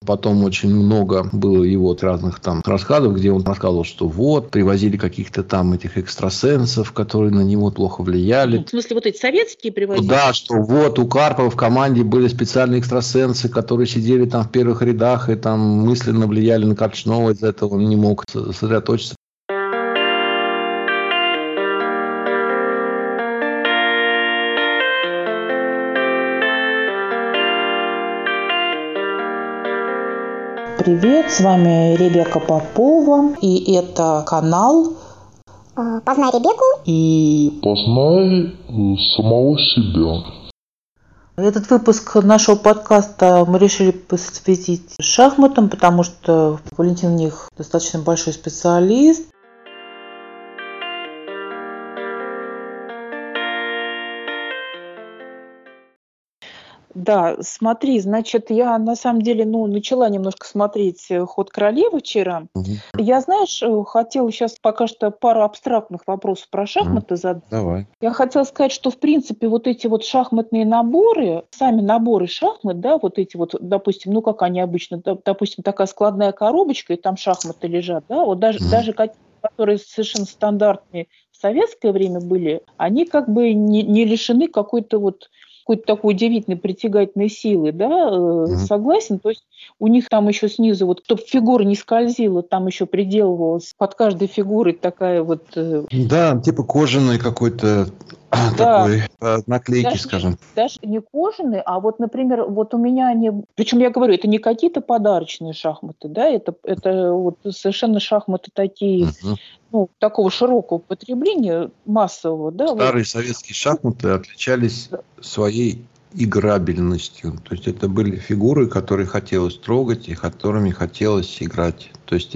Потом очень много было его разных там рассказов, где он рассказывал, что вот, привозили каких-то там этих экстрасенсов, которые на него плохо влияли. В смысле, вот эти советские привозили? Да, что вот у Карпова в команде были специальные экстрасенсы, которые сидели там в первых рядах и там мысленно влияли на Корчнова, из-за этого он не мог сосредоточиться. Привет, с вами Ребекка Попова, и это канал «Познай Ребекку» и «Познай самого себя». Этот выпуск нашего подкаста мы решили посвятить шахматам, потому что Валентин в них достаточно большой специалист. Да, смотри, значит, я на самом деле, начала немножко смотреть «Ход королевы» вчера. Я, знаешь, хотела сейчас пока что пару абстрактных вопросов про шахматы задать. Давай. Я хотела сказать, что, в принципе, вот эти вот шахматные наборы, сами наборы шахмат, да, вот эти вот, допустим, как они обычно, допустим, такая складная коробочка, и там шахматы лежат, да, вот даже которые совершенно стандартные в советское время были, они как бы не лишены какой-то такой удивительной притягательной силы, да, согласен? То есть у них там еще снизу, вот, чтобы фигура не скользила, там еще приделывалась под каждой фигурой такая вот... Да, типа кожаный какой-то такой наклейки, скажем. Даже не кожаные, а вот, например, вот у меня они... Причем я говорю, это не какие-то подарочные шахматы, да, это вот совершенно шахматы такие... такого широкого потребления, массового. Да, Старые советские шахматы отличались своей играбельностью. То есть это были фигуры, которые хотелось трогать и которыми хотелось играть. То есть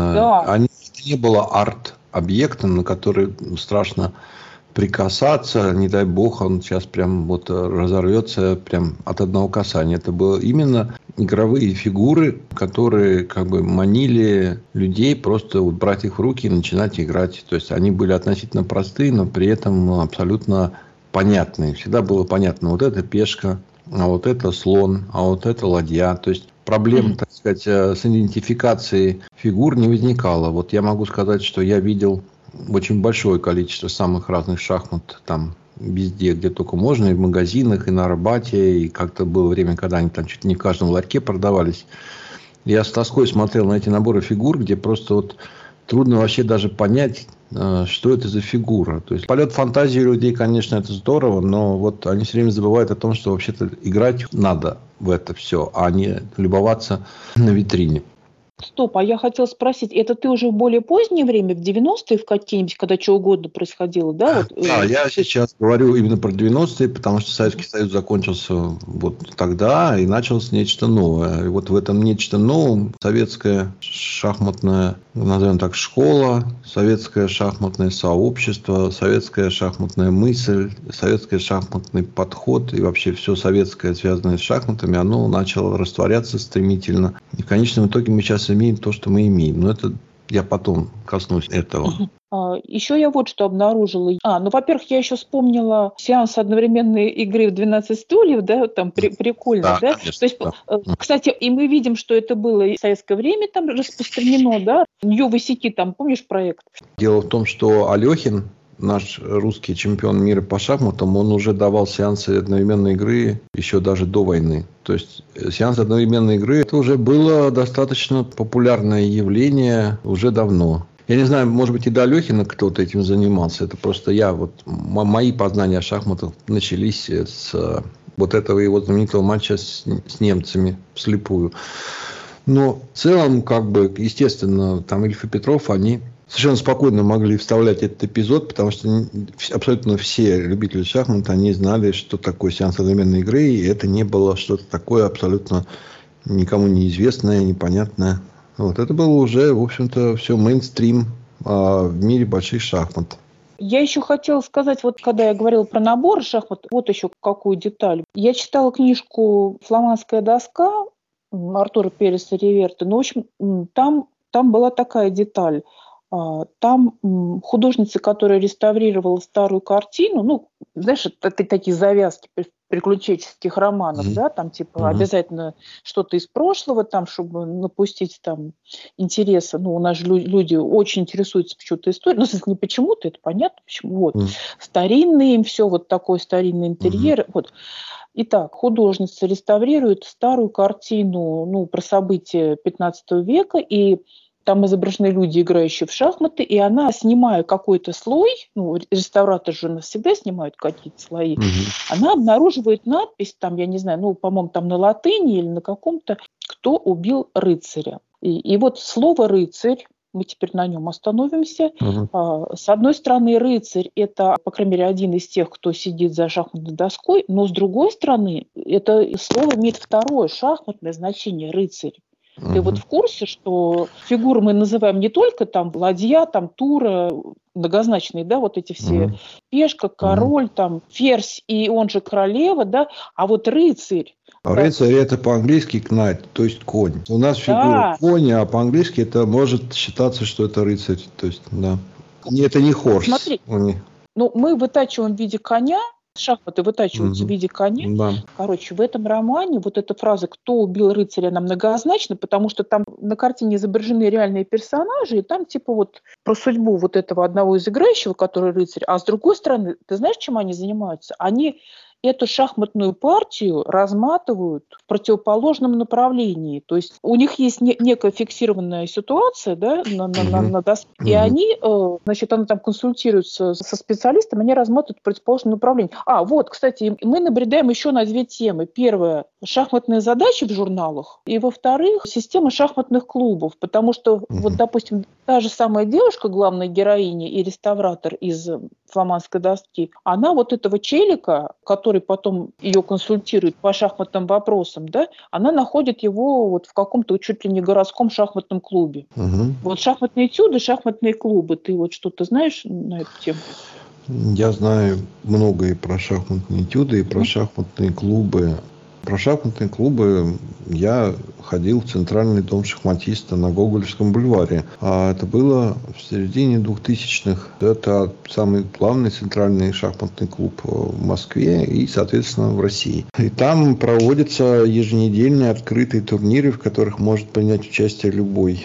это не было арт-объектом, на который страшно прикасаться. Не дай бог, он сейчас прям вот разорвется прям от одного касания. Это было именно игровые фигуры, которые как бы манили людей просто вот брать их в руки и начинать играть. То есть они были относительно простые, но при этом абсолютно понятные. Всегда было понятно, вот это пешка, а вот это слон, а вот это ладья. То есть проблем, так сказать, с идентификацией фигур не возникало. Вот я могу сказать, что я видел очень большое количество самых разных шахмат там везде, где только можно, и в магазинах, и на Арбате, и как-то было время, когда они там чуть ли не в каждом ларьке продавались. Я с тоской смотрел на эти наборы фигур, где просто вот трудно вообще даже понять, что это за фигура. То есть полет фантазии у людей, конечно, это здорово, но вот они все время забывают о том, что вообще-то играть надо в это все, а не любоваться на витрине. Стоп, а я хотела спросить, это ты уже в более позднее время, в 90-е в какие-нибудь, когда что угодно происходило, да? Да, я сейчас говорю именно про 90-е, потому что Советский Союз закончился вот тогда, и началось нечто новое. И вот в этом нечто новом советская шахматная, назовем так, школа, советское шахматное сообщество, советская шахматная мысль, советский шахматный подход и вообще все советское, связанное с шахматами, оно начало растворяться стремительно. И в конечном итоге мы сейчас имеем то, что мы имеем. Но это я потом коснусь этого. Еще я вот что обнаружила. Во-первых, я еще вспомнила сеанс одновременной игры в 12 стульев, да, там прикольно, да? Конечно, То есть, кстати, и мы видим, что это было и в советское время там распространено, да? Нью-Высеки, там, помнишь проект? Дело в том, что Алехин, наш русский чемпион мира по шахматам, он уже давал сеансы одновременной игры еще даже до войны. То есть сеанс одновременной игры это уже было достаточно популярное явление уже давно. Я не знаю, может быть, и до Алехина кто-то этим занимался. Это просто мои познания о шахматах начались с вот этого его знаменитого матча с немцами вслепую. Но в целом, естественно, там Ильф и Петров, они совершенно спокойно могли вставлять этот эпизод, потому что абсолютно все любители шахмат, они знали, что такое сеанс одновременной игры, и это не было что-то такое абсолютно никому неизвестное, непонятное. Вот это было уже, в общем-то, все мейнстрим в мире больших шахмат. Я еще хотела сказать, вот когда я говорила про набор шахмат, вот еще какую деталь. Я читала книжку «Фламандская доска» Артура Переса Реверта. В общем, там была такая деталь. Там художница, которая реставрировала старую картину, знаешь, такие завязки приключенческих романов, да, там типа обязательно что-то из прошлого, там, чтобы напустить там интереса. Ну, у нас же люди очень интересуются почему-то историей. Ну, в смысле, не почему-то, это понятно, почему. Вот. Старинный им все, вот такой старинный интерьер. Вот. Итак, художница реставрирует старую картину, ну, про события 15 века, и там изображены люди, играющие в шахматы, и она, снимая какой-то слой, ну, реставраторы же у нас всегда снимают какие-то слои, она обнаруживает надпись, там, я не знаю, ну, по-моему, там на латыни или на каком-то, кто убил рыцаря. И вот слово «рыцарь», мы теперь на нем остановимся. С одной стороны, рыцарь – это, по крайней мере, один из тех, кто сидит за шахматной доской, но с другой стороны, это слово имеет второе шахматное значение – рыцарь. Ты вот в курсе, что фигуры мы называем не только там ладья, там тура, многозначные, да, вот эти все, пешка, король, там, ферзь и он же королева, да, а вот рыцарь. Рыцарь это по-английски knight, то есть конь. У нас фигура конь, а по-английски это может считаться, что это рыцарь. То есть, да. Это не хорс. Смотри, ну мы вытачиваем в виде коня, шахматы вытачиваются в виде коня. Да. Короче, в этом романе вот эта фраза «Кто убил рыцаря?» она многозначна, потому что там на картине изображены реальные персонажи, и там типа вот про судьбу вот этого одного из играющего, который рыцарь. А с другой стороны, ты знаешь, чем они занимаются? Они эту шахматную партию разматывают в противоположном направлении. То есть у них есть некая фиксированная ситуация, да, на доске, и они, значит, она там консультируется со специалистом, они разматывают в противоположном направлении. А, вот, кстати, мы набредаем еще на две темы. Первое – шахматные задачи в журналах, и, во-вторых, система шахматных клубов, потому что, вот, допустим, та же самая девушка, главная героиня и реставратор из фламандской доски, она вот этого челика, который потом ее консультирует по шахматным вопросам, да, она находит его вот в каком-то чуть ли не городском шахматном клубе. Вот шахматные этюды, шахматные клубы. Ты вот что-то знаешь на эту тему? Я знаю много и про шахматные этюды, и про шахматные клубы. Про шахматные клубы я ходил в Центральный дом шахматиста на Гоголевском бульваре. А это было в середине 2000-х. Это самый главный центральный шахматный клуб в Москве и, соответственно, в России. И там проводятся еженедельные открытые турниры, в которых может принять участие любой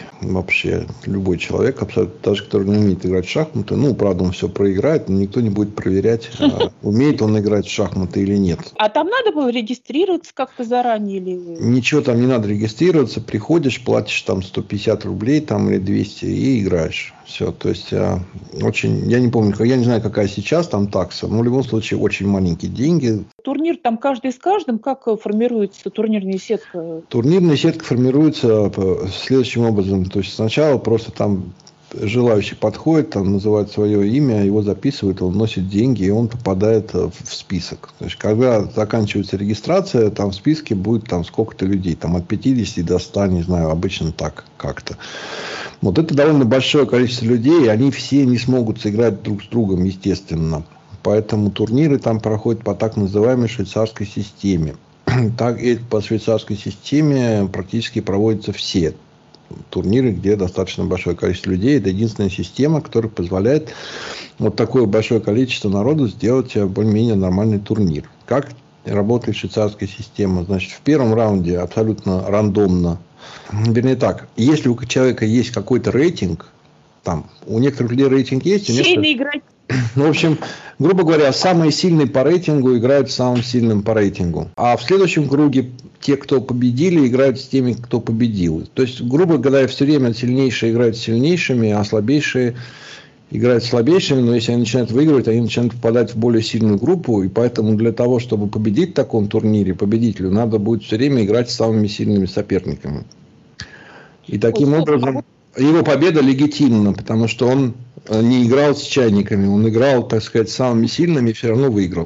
человек, абсолютно, даже который не умеет играть в шахматы. Ну, правда, он все проиграет, но никто не будет проверять, умеет он играть в шахматы или нет. А там надо было регистрироваться как-то заранее? Или... Ничего там не надо регистрироваться. Приходишь, платишь там 150 рублей там, или 200 и играешь. Все. То есть, очень... Я не помню, я не знаю, какая сейчас там такса, но в любом случае очень маленькие деньги. Турнир там каждый с каждым. Как формируется турнирная сетка? Турнирная сетка формируется следующим образом. То есть, сначала просто там желающий подходит, там называет свое имя, его записывают, он носит деньги, и он попадает в список. То есть, когда заканчивается регистрация, там в списке будет там сколько-то людей, там от 50 до 100, не знаю, обычно так как-то. Вот это довольно большое количество людей, и они все не смогут сыграть друг с другом, естественно. Поэтому турниры там проходят по так называемой швейцарской системе. Так и по швейцарской системе практически проводятся все турниры, где достаточно большое количество людей. Это единственная система, которая позволяет вот такое большое количество народу сделать более-менее нормальный турнир. Как работает швейцарская система? Значит, в первом раунде абсолютно рандомно. Вернее так, если у человека есть какой-то рейтинг, там, у некоторых людей рейтинг есть, у некоторых... Ну, в общем, грубо говоря, самые сильные по рейтингу играют с самым сильным по рейтингу. А в следующем круге те, кто победили, играют с теми, кто победил. То есть, грубо говоря, все время сильнейшие играют с сильнейшими, а слабейшие играют с слабейшими. Но если они начинают выигрывать, они начинают попадать в более сильную группу. И поэтому для того, чтобы победить в таком турнире, победителю, надо будет все время играть с самыми сильными соперниками. И таким образом... Его победа легитимна, потому что он не играл с чайниками, он играл, так сказать, с самыми сильными и все равно выиграл.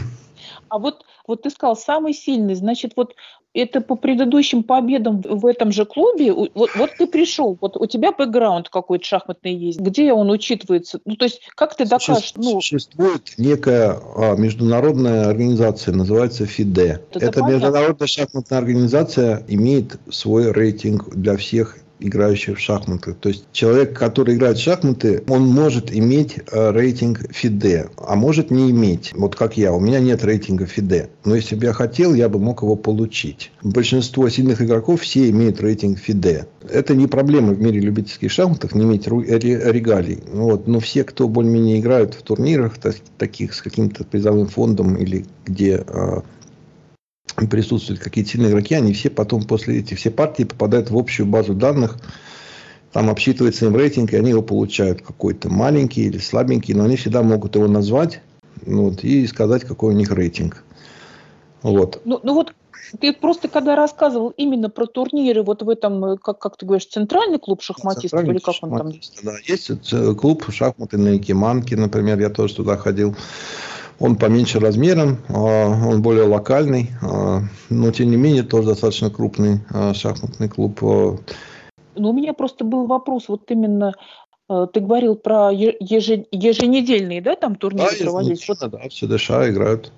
А вот ты сказал, самый сильный, значит, вот это по предыдущим победам в этом же клубе, вот ты пришел, вот у тебя бэкграунд какой-то шахматный есть, где он учитывается? Ну, то есть, как ты докажешь? Существует некая международная организация, называется ФИДЕ. Эта международная шахматная организация имеет свой рейтинг для всех играющих в шахматы. То есть человек, который играет в шахматы, он может иметь рейтинг FIDE, а может не иметь. Вот как я, у меня нет рейтинга FIDE. Но если бы я хотел, я бы мог его получить. Большинство сильных игроков все имеют рейтинг FIDE. Это не проблема в мире любительских шахматов, не иметь регалий. Вот. Но все, кто более-менее играют в турнирах, таких с каким-то призовым фондом или где присутствуют какие-то сильные игроки, они все потом после этих все партии попадают в общую базу данных, там обсчитывается им рейтинг, и они его получают какой-то маленький или слабенький, но они всегда могут его назвать, вот, и сказать, какой у них рейтинг. Вот. Ну вот ты просто когда рассказывал именно про турниры, вот в этом, как ты говоришь, центральный клуб шахматистов, или как он там? Да, есть клуб шахматы на Якиманке, например, я тоже туда ходил. Он поменьше размером, он более локальный, но тем не менее тоже достаточно крупный шахматный клуб. Ну, у меня просто был вопрос, вот именно ты говорил про еженедельные, да, там турниры проводились? Да, в СДШ играют.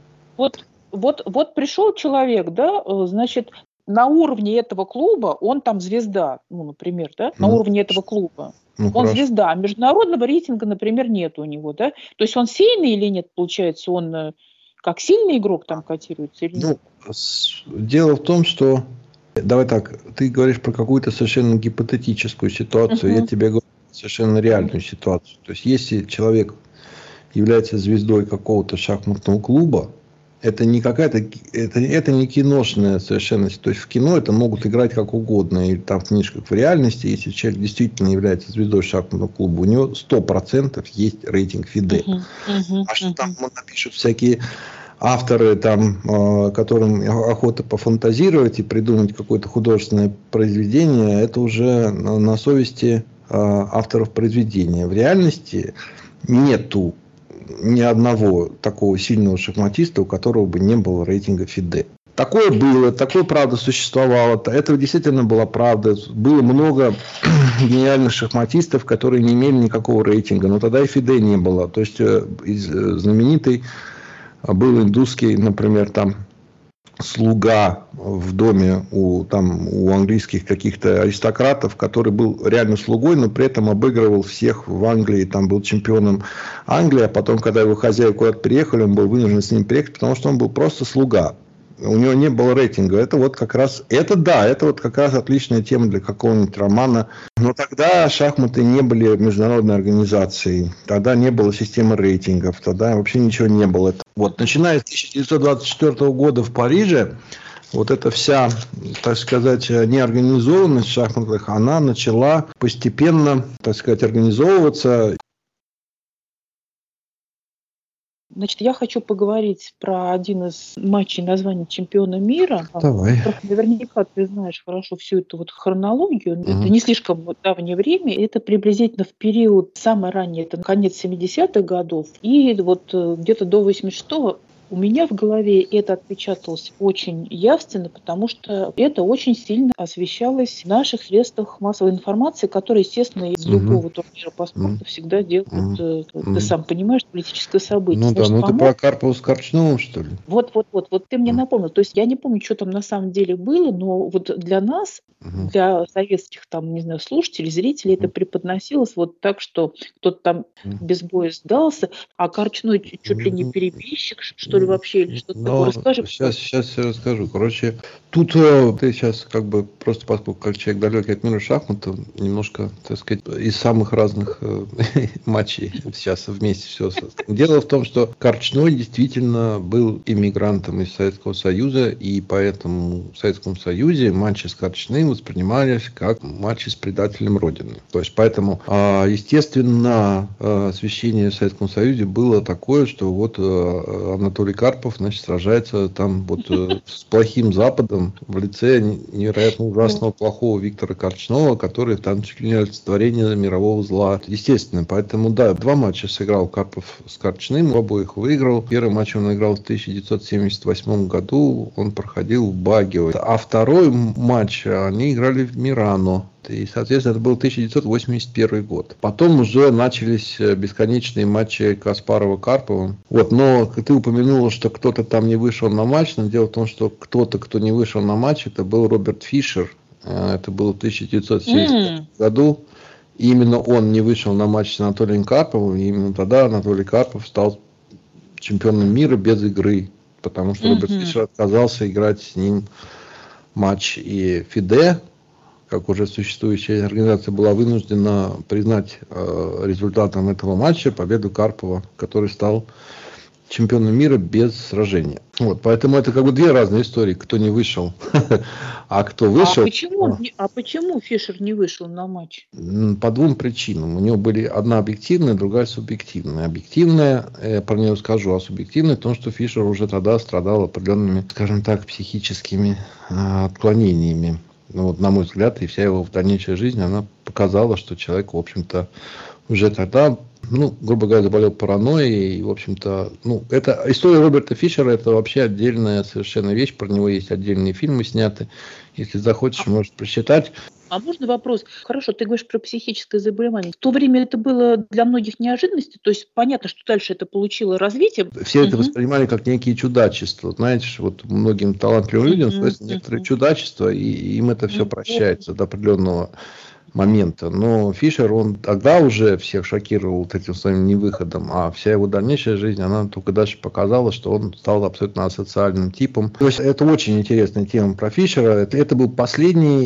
Вот пришел человек, да, значит, на уровне этого клуба он там звезда, ну, например, да, на уровне этого клуба. Он хорошо. Звезда, а международного рейтинга, например, нет у него, да? То есть он сильный или нет, получается, он как сильный игрок там котируется или нет? Дело в том, что, давай так, ты говоришь про какую-то совершенно гипотетическую ситуацию, я тебе говорю совершенно реальную ситуацию. То есть если человек является звездой какого-то шахматного клуба, это не какая-то, это не киношная совершенно. То есть в кино это могут играть как угодно. И там в книжках в реальности, если человек действительно является звездой шахматного клуба, у него 100% есть рейтинг FIDE. А что там напишут всякие авторы, там, которым охота пофантазировать и придумать какое-то художественное произведение, это уже на совести авторов произведения. В реальности нету ни одного такого сильного шахматиста, у которого бы не было рейтинга FIDE. Такое было, такое правда существовало. Это действительно была правда. Было много гениальных шахматистов, которые не имели никакого рейтинга. Но тогда и FIDE не было. То есть знаменитый был индусский, например, там слуга в доме у английских каких-то аристократов, который был реально слугой, но при этом обыгрывал всех в Англии, там был чемпионом Англии, а потом, когда его хозяева куда-то приехали, он был вынужден с ним приехать, потому что он был просто слуга. У него не было рейтинга. Это вот как раз, это вот как раз отличная тема для какого-нибудь романа. Но тогда шахматы не были международной организацией. Тогда не было системы рейтингов. Тогда вообще ничего не было. Вот, начиная с 1924 года в Париже, вот эта вся, так сказать, неорганизованность шахматных, она начала постепенно, так сказать, организовываться. Значит, я хочу поговорить про один из матчей на звание чемпиона мира. Давай. Наверняка ты знаешь хорошо всю эту вот хронологию. Это не слишком давнее время. Это приблизительно в период самый ранний, это конец 70-х годов. И вот где-то до 86-го у меня в голове это отпечаталось очень явственно, потому что это очень сильно освещалось в наших средствах массовой информации, которые, естественно, из любого турнира по спорту всегда делают, ты сам понимаешь, политическое событие. Ну значит, да, ты про Карпова с Корчновым, что ли? Вот ты мне напомнил. То есть я не помню, что там на самом деле было, но вот для нас, для советских там, не знаю, слушателей, зрителей, это преподносилось вот так, что кто-то там без боя сдался, а Корчной чуть ли не перебежчик, что ли, вообще, или что-то такое. Расскажи. Сейчас я расскажу. Короче, тут ты сейчас как бы просто поскольку как человек далекий от мира шахматов, немножко, так сказать, из самых разных матчей сейчас вместе все. Дело в том, что Корчной действительно был иммигрантом из Советского Союза, и поэтому в Советском Союзе матчи с Корчным воспринимались как матчи с предателем Родины. То есть поэтому, естественно, освещение в Советском Союзе было такое, что вот Анатолий Карпов, значит, сражается там вот с плохим Западом в лице невероятно ужасного плохого Виктора Корчнова, который там чуть ли не олицетворение мирового зла. Естественно, поэтому да, 2 матча сыграл Карпов с Корчным, обоих выиграл. Первый матч он играл в 1978 году, он проходил в Багио. А второй матч они играли в Мирано. И, соответственно, это был 1981 год. Потом уже начались бесконечные матчи Каспарова-Карпова. Вот, но ты упомянула, что кто-то там не вышел на матч. Но дело в том, что кто-то, кто не вышел на матч, это был Роберт Фишер. Это было в 1970 году. И именно он не вышел на матч с Анатолием Карповым. И именно тогда Анатолий Карпов стал чемпионом мира без игры. Потому что Роберт Фишер отказался играть с ним матч. И ФИДЕ, как уже существующая организация, была вынуждена признать результатом этого матча победу Карпова, который стал чемпионом мира без сражения. Вот, поэтому это как бы две разные истории, кто не вышел, а кто вышел. А почему Фишер не вышел на матч? По двум причинам. У него были одна объективная, другая субъективная. Объективная, я про нее скажу, а субъективная в том, что Фишер уже тогда страдал определенными, скажем так, психическими отклонениями. Ну, вот, на мой взгляд, и вся его дальнейшая жизнь, она показала, что человек, в общем-то, уже тогда, грубо говоря, заболел паранойей. И, в общем-то, это история Роберта Фишера, это вообще отдельная совершенно вещь. Про него есть отдельные фильмы сняты. Если захочешь, можешь прочитать. А можно вопрос? Хорошо, ты говоришь про психическое заболевание. В то время это было для многих неожиданностью. То есть понятно, что дальше это получило развитие. Все это воспринимали как некие чудачества. Знаете, вот многим талантливым людям свойственно некоторые чудачества, и им это все прощается до определенного момента. Но Фишер, он тогда уже всех шокировал вот этим своим невыходом, а вся его дальнейшая жизнь, она только дальше показала, что он стал абсолютно асоциальным типом. То есть это очень интересная тема про Фишера. Это был последний,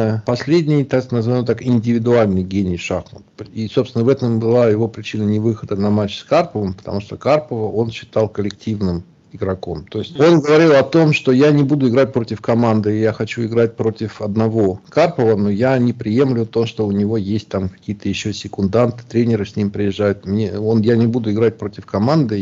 так назовем так, индивидуальный гений шахмат. И, собственно, в этом была его причина невыхода на матч с Карповым, потому что Карпова он считал коллективным игроком. То есть он говорил о том, что я не буду играть против команды, я хочу играть против одного Карпова, но я не приемлю то, что у него есть там какие-то еще секунданты, тренеры с ним приезжают. Я не буду играть против команды,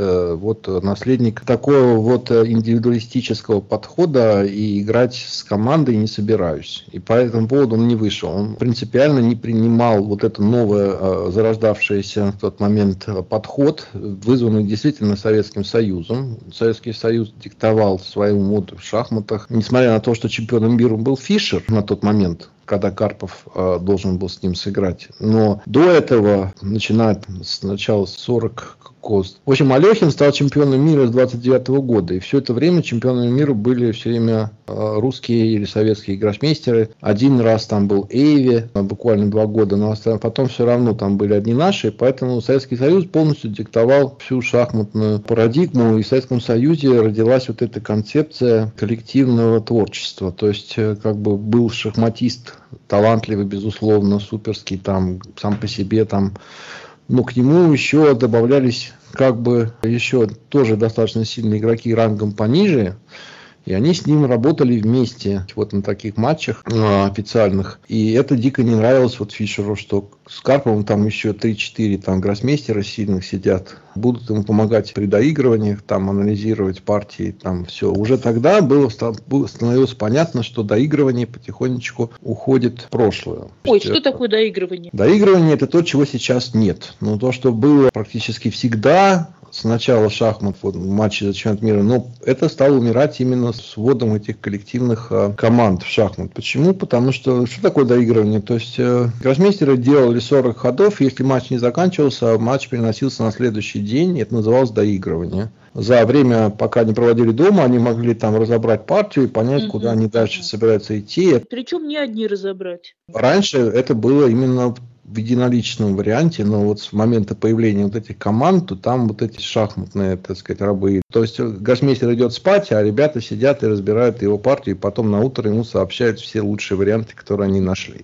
я наследник такого вот индивидуалистического подхода, и играть с командой не собираюсь. И по этому поводу он не вышел. Он принципиально не принимал вот это новое, зарождавшееся в тот момент подход, вызванный действительно Советским Союзом. Советский Союз диктовал свою моду в шахматах. Несмотря на то, что чемпионом мира был Фишер на тот момент, когда Карпов должен был с ним сыграть. Но до этого, начиная с начала 40 В общем, Алехин стал чемпионом мира с 29 года. И все это время чемпионами мира были все время русские или советские гроссмейстеры. Один раз там был Эйви, буквально 2 года. Но потом все равно там были одни наши. Поэтому Советский Союз полностью диктовал всю шахматную парадигму. И в Советском Союзе родилась вот эта концепция коллективного творчества. То есть, как бы был шахматист талантливый, безусловно, суперский, там, сам по себе, там. Но к нему еще добавлялись как бы еще тоже достаточно сильные игроки рангом пониже. И они с ним работали вместе вот на таких матчах официальных. И это дико не нравилось вот Фишеру, что с Карповым там еще 3-4 там гроссмейстера сильных сидят. Будут ему помогать при доигрываниях, там анализировать партии, там все. Уже тогда становилось понятно, что доигрывание потихонечку уходит в прошлое. Ой, что такое доигрывание? Доигрывание — это то, чего сейчас нет. Но то, что было практически всегда с начала шахмат, вот, в матче за чемпионат мира, но это стало умирать именно с вводом этих коллективных команд в шахмат. Почему? Потому что такое доигрывание? То есть гроссмейстеры делали 40 ходов, если матч не заканчивался, матч переносился на следующий день, это называлось доигрывание. За время, пока они проводили дома, они могли там разобрать партию и понять, куда они дальше собираются идти. Причем не одни разобрать. Раньше это было именно в единоличном варианте, но вот с момента появления вот этих команд, то там вот эти шахматные, так сказать, рабы. То есть гроссмейстер идет спать, а ребята сидят и разбирают его партию, и потом на утро ему сообщают все лучшие варианты, которые они нашли.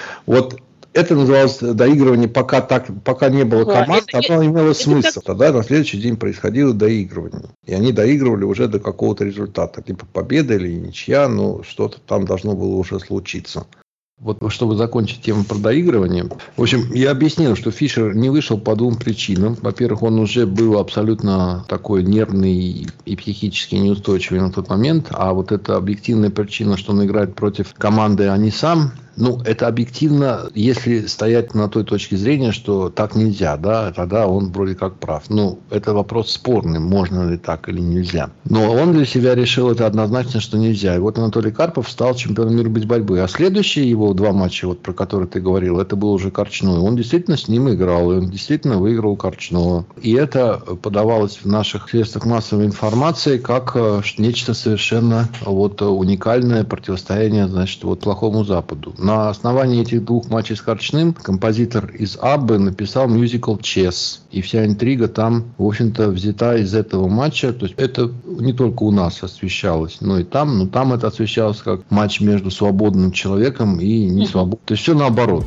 Вот это называлось доигрывание, пока не было команд, оно имело смысл. Тогда на следующий день происходило доигрывание. И они доигрывали уже до какого-то результата. Либо победа, или ничья, но что-то там должно было уже случиться. Вот, чтобы закончить тему про доигрывание. В общем, я объяснил, что Фишер не вышел по 2 причинам. Во-первых, он уже был абсолютно такой нервный и психически неустойчивый на тот момент. А вот эта объективная причина, что он играет против команды, а не сам, Ну, это объективно, если стоять на той точке зрения, что так нельзя, да, тогда он вроде как прав. Ну, это вопрос спорный, можно ли так или нельзя. Но он для себя решил это однозначно, что нельзя. И вот Анатолий Карпов стал чемпионом мира без борьбы. А следующие его 2 матча, вот про которые ты говорил, это был уже Корчной. Он действительно с ним играл, и он действительно выиграл Корчного. И это подавалось в наших средствах массовой информации как нечто совершенно вот уникальное противостояние, значит, вот плохому Западу. На основании этих 2 матчей с Корчным композитор из Аббы написал мюзикл «Чес». И вся интрига там, в общем-то, взята из этого матча. То есть это не только у нас освещалось, но и там. Но там это освещалось как матч между свободным человеком и несвободным. То есть все наоборот.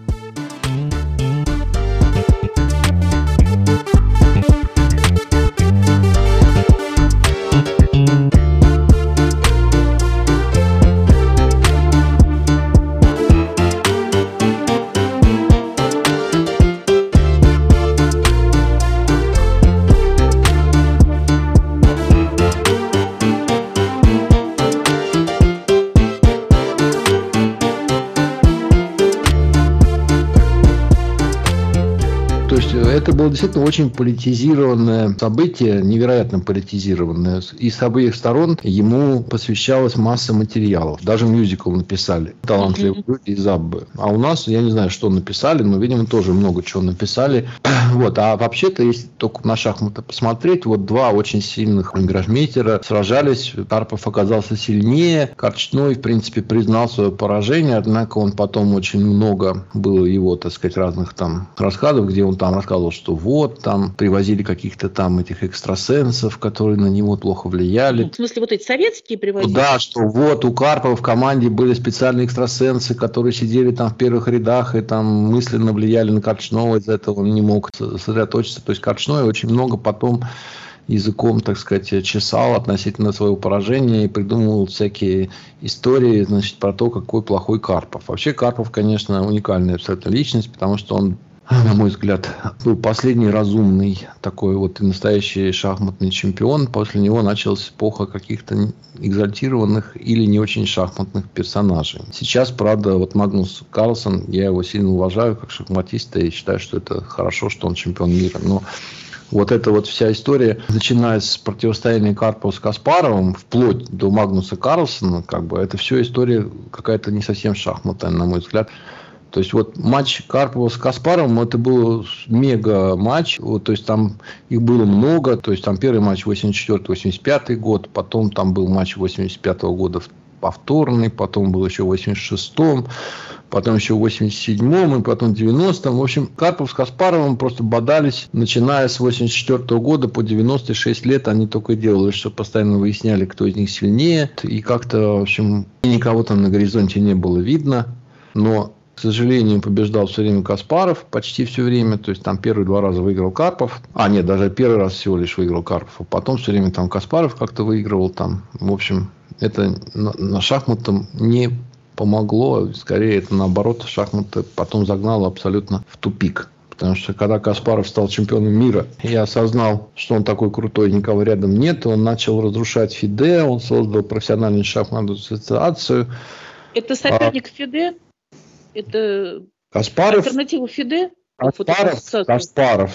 Это было действительно очень политизированное событие, невероятно политизированное. И с обеих сторон ему посвящалась масса материалов. Даже мюзикл написали. Талантливые люди из Аббы. А у нас, я не знаю, что написали, но, видимо, тоже много чего написали. Вот. А вообще-то, если только на шахматы посмотреть, вот 2 очень сильных гроссмейстера сражались. Карпов оказался сильнее. Корчной, в принципе, признал свое поражение. Однако он потом очень много было его, так сказать, разных там рассказов, где он там рассказывал, что вот там привозили каких-то там этих экстрасенсов, которые на него плохо влияли. В смысле, вот эти советские привозили? Да, что вот у Карпова в команде были специальные экстрасенсы, которые сидели там в первых рядах и там мысленно влияли на Корчного, из-за этого он не мог сосредоточиться. То есть Корчной очень много потом языком, так сказать, чесал относительно своего поражения и придумывал всякие истории, значит, про то, какой плохой Карпов. Вообще Карпов, конечно, уникальная абсолютно личность, потому что он, на мой взгляд, был последний разумный такой вот настоящий шахматный чемпион. После него началась эпоха каких-то экзальтированных или не очень шахматных персонажей. Сейчас, правда, вот Магнус Карлсон, я его сильно уважаю как шахматиста и считаю, что это хорошо, что он чемпион мира. Но вот эта вот вся история, начиная с противостояния Карпова с Каспаровым, вплоть до Магнуса Карлсона, как бы, это все история какая-то не совсем шахматная, на мой взгляд. То есть вот матч Карпова с Каспаровым, это был мега матч, вот, то есть там их было много, то есть там первый матч 84-85 год, потом там был матч 85 года повторный, потом был еще в 86-м, потом еще в 87-м и потом в 90-м. В общем, Карпов с Каспаровым просто бодались, начиная с 84 года по 96 лет. Они только и делали, что постоянно выясняли, кто из них сильнее. И как-то, в общем, никого там на горизонте не было видно. Но, к сожалению, побеждал все время Каспаров, почти все время. То есть там первые 2 раза выиграл Карпов. Нет, даже первый раз всего лишь выиграл Карпов. А потом все время там Каспаров как-то выигрывал там. В общем, это на шахматам не помогло. Скорее, это наоборот, шахматы потом загнало абсолютно в тупик. Потому что когда Каспаров стал чемпионом мира и осознал, что он такой крутой, никого рядом нет, он начал разрушать ФИДЕ, он создал профессиональную шахматную ассоциацию. Это соперник ФИДЕ? Это Каспаров, альтернатива ФИДЕ? Каспаров,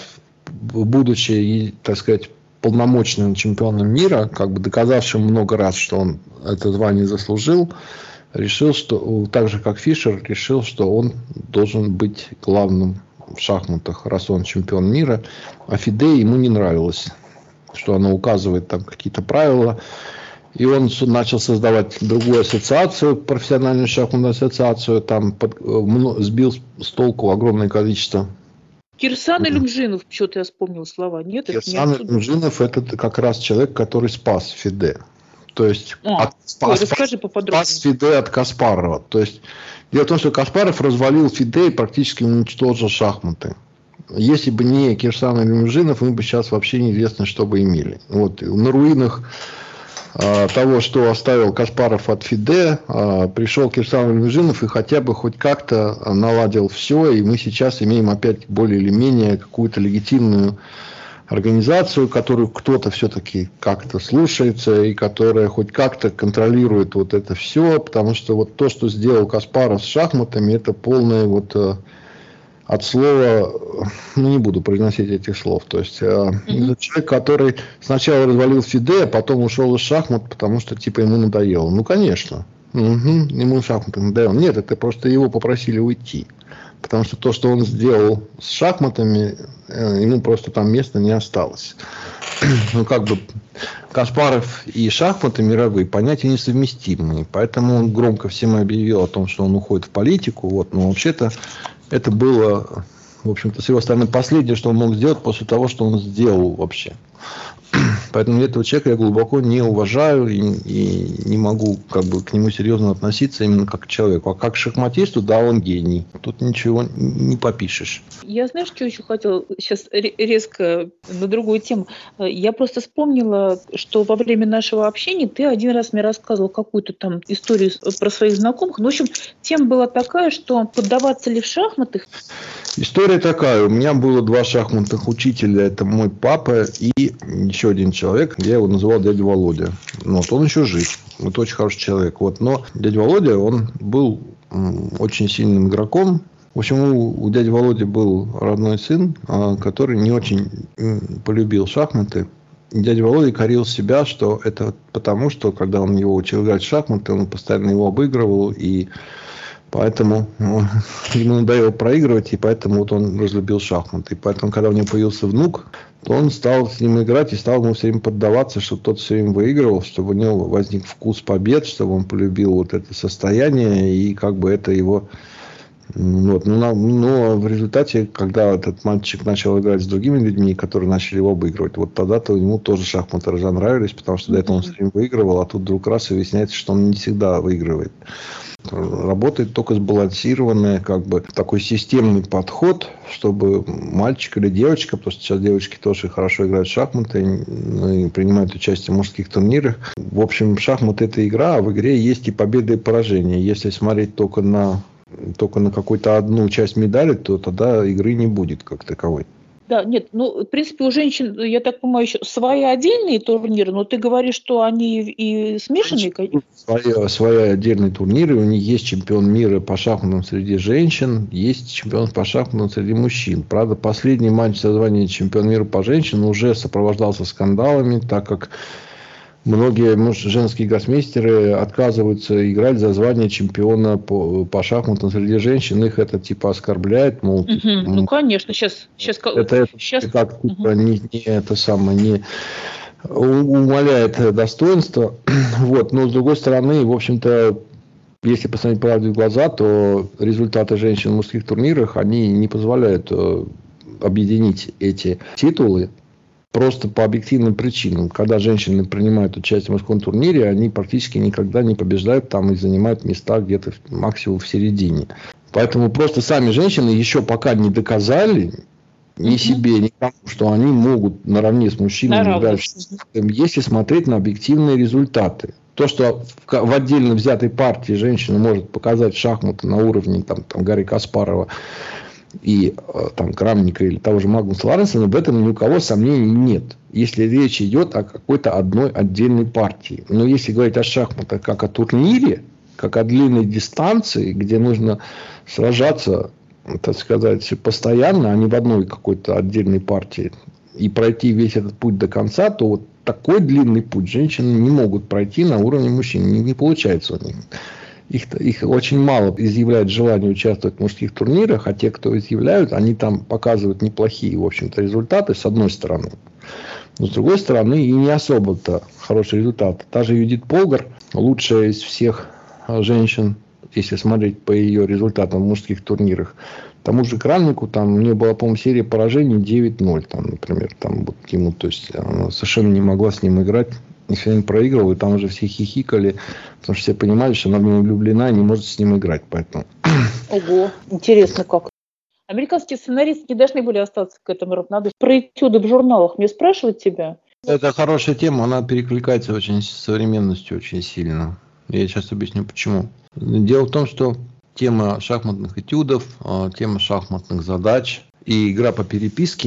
будучи, так сказать, полномочным чемпионом мира, как бы доказавшим много раз, что он это звание заслужил, решил, что, так же как Фишер, решил, что он должен быть главным в шахматах, раз он чемпион мира. А ФИДЕ ему не нравилось, что она указывает там какие-то правила. И он начал создавать другую ассоциацию, профессиональную шахматную ассоциацию, там сбил с толку огромное количество. Кирсан Илюмжинов, что-то я вспомнил слова. Нет, Кирсан Илюмжинов — это как раз человек, который спас ФИДЕ. То есть спас ФИДЕ от Каспарова. То есть дело в том, что Каспаров развалил ФИДЕ и практически уничтожил шахматы. Если бы не Кирсан Илюмжинов, мы бы сейчас вообще неизвестно, что бы имели. Вот на руинах того, что оставил Каспаров от ФИДЕ, пришел Кирсан Илюмжинов и хотя бы хоть как-то наладил все, и мы сейчас имеем опять более или менее какую-то легитимную организацию, которую кто-то все-таки как-то слушается и которая хоть как-то контролирует вот это все, потому что вот то, что сделал Каспаров с шахматами, это полное вот от слова, не буду произносить этих слов, то есть это человек, который сначала развалил ФИДЕ, а потом ушел из шахмат, потому что типа ему надоело. Ну, конечно, ему шахматы надоело. Нет, это просто его попросили уйти. Потому что то, что он сделал с шахматами, ему просто там места не осталось. Ну, как бы Каспаров и шахматы мировые понятия несовместимые. Поэтому он громко всем объявил о том, что он уходит в политику. Вот. Но вообще-то это было, в общем-то, с его стороны последнее, что он мог сделать после того, что он сделал вообще. Поэтому этого человека я глубоко не уважаю и не могу как бы к нему серьезно относиться именно как к человеку. А как к шахматисту, да, он гений. Тут ничего не попишешь. Я, знаешь, что еще хотела сейчас резко на другую тему. Я просто вспомнила, что во время нашего общения ты один раз мне рассказывал какую-то там историю про своих знакомых. Ну, в общем, тема была такая, что поддаваться ли в шахматы. История такая. У меня было 2 шахматных учителя. Это мой папа и еще один человек. Я его называл дядя Володя. Вот, он еще жив. Вот очень хороший человек. Вот, но дядя Володя, он был очень сильным игроком. В общем, у дяди Володи был родной сын, который не очень полюбил шахматы. Дядя Володя корил себя, что это потому, что когда он его учил играть в шахматы, он постоянно его обыгрывал, и поэтому ему надоело проигрывать, и поэтому вот он разлюбил шахматы. И поэтому, когда у него появился внук, то он стал с ним играть и стал ему все время поддаваться, чтобы тот все время выигрывал, чтобы у него возник вкус побед, чтобы он полюбил вот это состояние, и как бы это его... Вот. Но в результате, когда этот мальчик начал играть с другими людьми, которые начали его обыгрывать, вот тогда-то ему тоже шахматы разонравились, потому что до этого он все время выигрывал, а тут вдруг раз и выясняется, что он не всегда выигрывает. Работает только сбалансированный, как бы такой системный подход, чтобы мальчик или девочка, потому что сейчас девочки тоже хорошо играют в шахматы и принимают участие в мужских турнирах. В общем, шахматы — это игра, а в игре есть и победы, и поражения. Если смотреть только на какую-то одну часть медали, то тогда игры не будет как таковой. Да, нет, ну, в принципе, у женщин, я так понимаю, еще свои отдельные турниры, но ты говоришь, что они и смешанные? Свои отдельные турниры, у них есть чемпион мира по шахматам среди женщин, есть чемпион по шахматам среди мужчин. Правда, последний матч за звание чемпиона мира по женщинам уже сопровождался скандалами, так как многие женские гроссмейстеры отказываются играть за звание чемпиона по шахматам среди женщин. Их это типа оскорбляет, мол, ну конечно, сейчас это как не умаляет достоинство. Вот, но с другой стороны, в общем-то, если посмотреть правде в глаза, то результаты женщин в мужских турнирах они не позволяют объединить эти титулы. Просто по объективным причинам. Когда женщины принимают участие в мужском турнире, они практически никогда не побеждают там и занимают места где-то максимум в середине. Поэтому просто сами женщины еще пока не доказали ни себе, никому, что они могут наравне с мужчинами играть, если смотреть на объективные результаты. То, что в отдельно взятой партии женщина может показать шахматы на уровне там Гарри Каспарова и там Крамника или того же Магнуса Ларенсена, в этом ни у кого сомнений нет. Если речь идет о какой-то одной отдельной партии. Но если говорить о шахматах как о турнире, как о длинной дистанции, где нужно сражаться, так сказать, постоянно, а не в одной какой-то отдельной партии, и пройти весь этот путь до конца, то вот такой длинный путь женщины не могут пройти на уровне мужчин. Не получается у них. Их очень мало изъявляют желание участвовать в мужских турнирах, а те, кто изъявляют, они там показывают неплохие, в общем-то, результаты, с одной стороны. Но с другой стороны, и не особо-то хороший результат. Та же Юдит Полгар, лучшая из всех женщин, если смотреть по ее результатам в мужских турнирах. Тому же Крамнику, там у нее была, по-моему, серия поражений 9-0, там, например, там вот ему, то есть она совершенно не могла с ним играть. И все время проигрывал, и там уже все хихикали, потому что все понимали, что она в него влюблена и не может с ним играть. Поэтому... Ого, интересно как. Американские сценаристы не должны были остаться к этому равнодушию. Про этюды в журналах мне спрашивают тебя? Это хорошая тема, она перекликается очень с современностью очень сильно. Я сейчас объясню почему. Дело в том, что тема шахматных этюдов, тема шахматных задач и игра по переписке –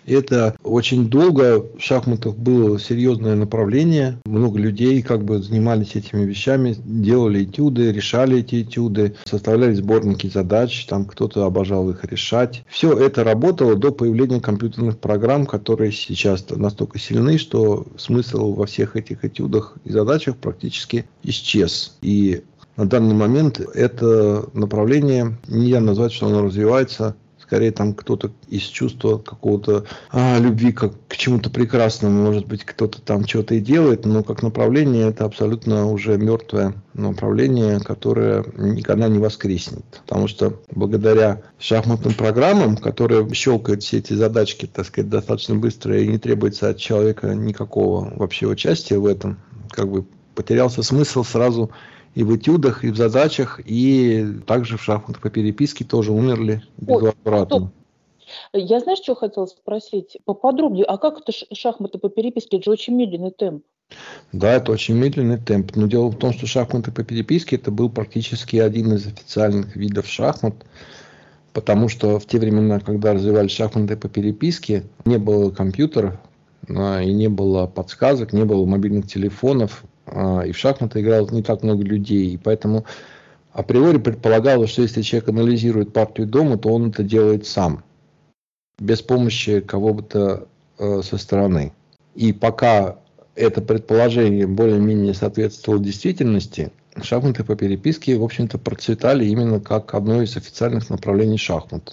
Это очень долго в шахматах было серьезное направление. Много людей как бы занимались этими вещами, делали этюды, решали эти этюды, составляли сборники задач, там кто-то обожал их решать. Все это работало до появления компьютерных программ, которые сейчас настолько сильны, что смысл во всех этих этюдах и задачах практически исчез. И на данный момент это направление, нельзя назвать, что оно развивается. Скорее, там кто-то из чувства какого-то любви к чему-то прекрасному, может быть, кто-то там что-то и делает, но как направление это абсолютно уже мертвое направление, которое никогда не воскреснет. Потому что благодаря шахматным программам, которые щелкают все эти задачки, так сказать, достаточно быстро и не требуется от человека никакого вообще участия в этом, как бы потерялся смысл сразу и в этюдах, и в задачах, и также в шахматах по переписке тоже умерли безвозвратно. Я, знаешь, что хотела спросить? Поподробнее, а как это шахматы по переписке? Это же очень медленный темп. Да, это очень медленный темп. Но дело в том, что шахматы по переписке это был практически один из официальных видов шахмат, потому что в те времена, когда развивались шахматы по переписке, не было компьютеров, и не было подсказок, не было мобильных телефонов, и в шахматы играло не так много людей. И поэтому априори предполагалось, что если человек анализирует партию дома, то он это делает сам, без помощи кого-то со стороны. И пока это предположение более-менее соответствовало действительности, шахматы по переписке, в общем-то, процветали именно как одно из официальных направлений шахмат.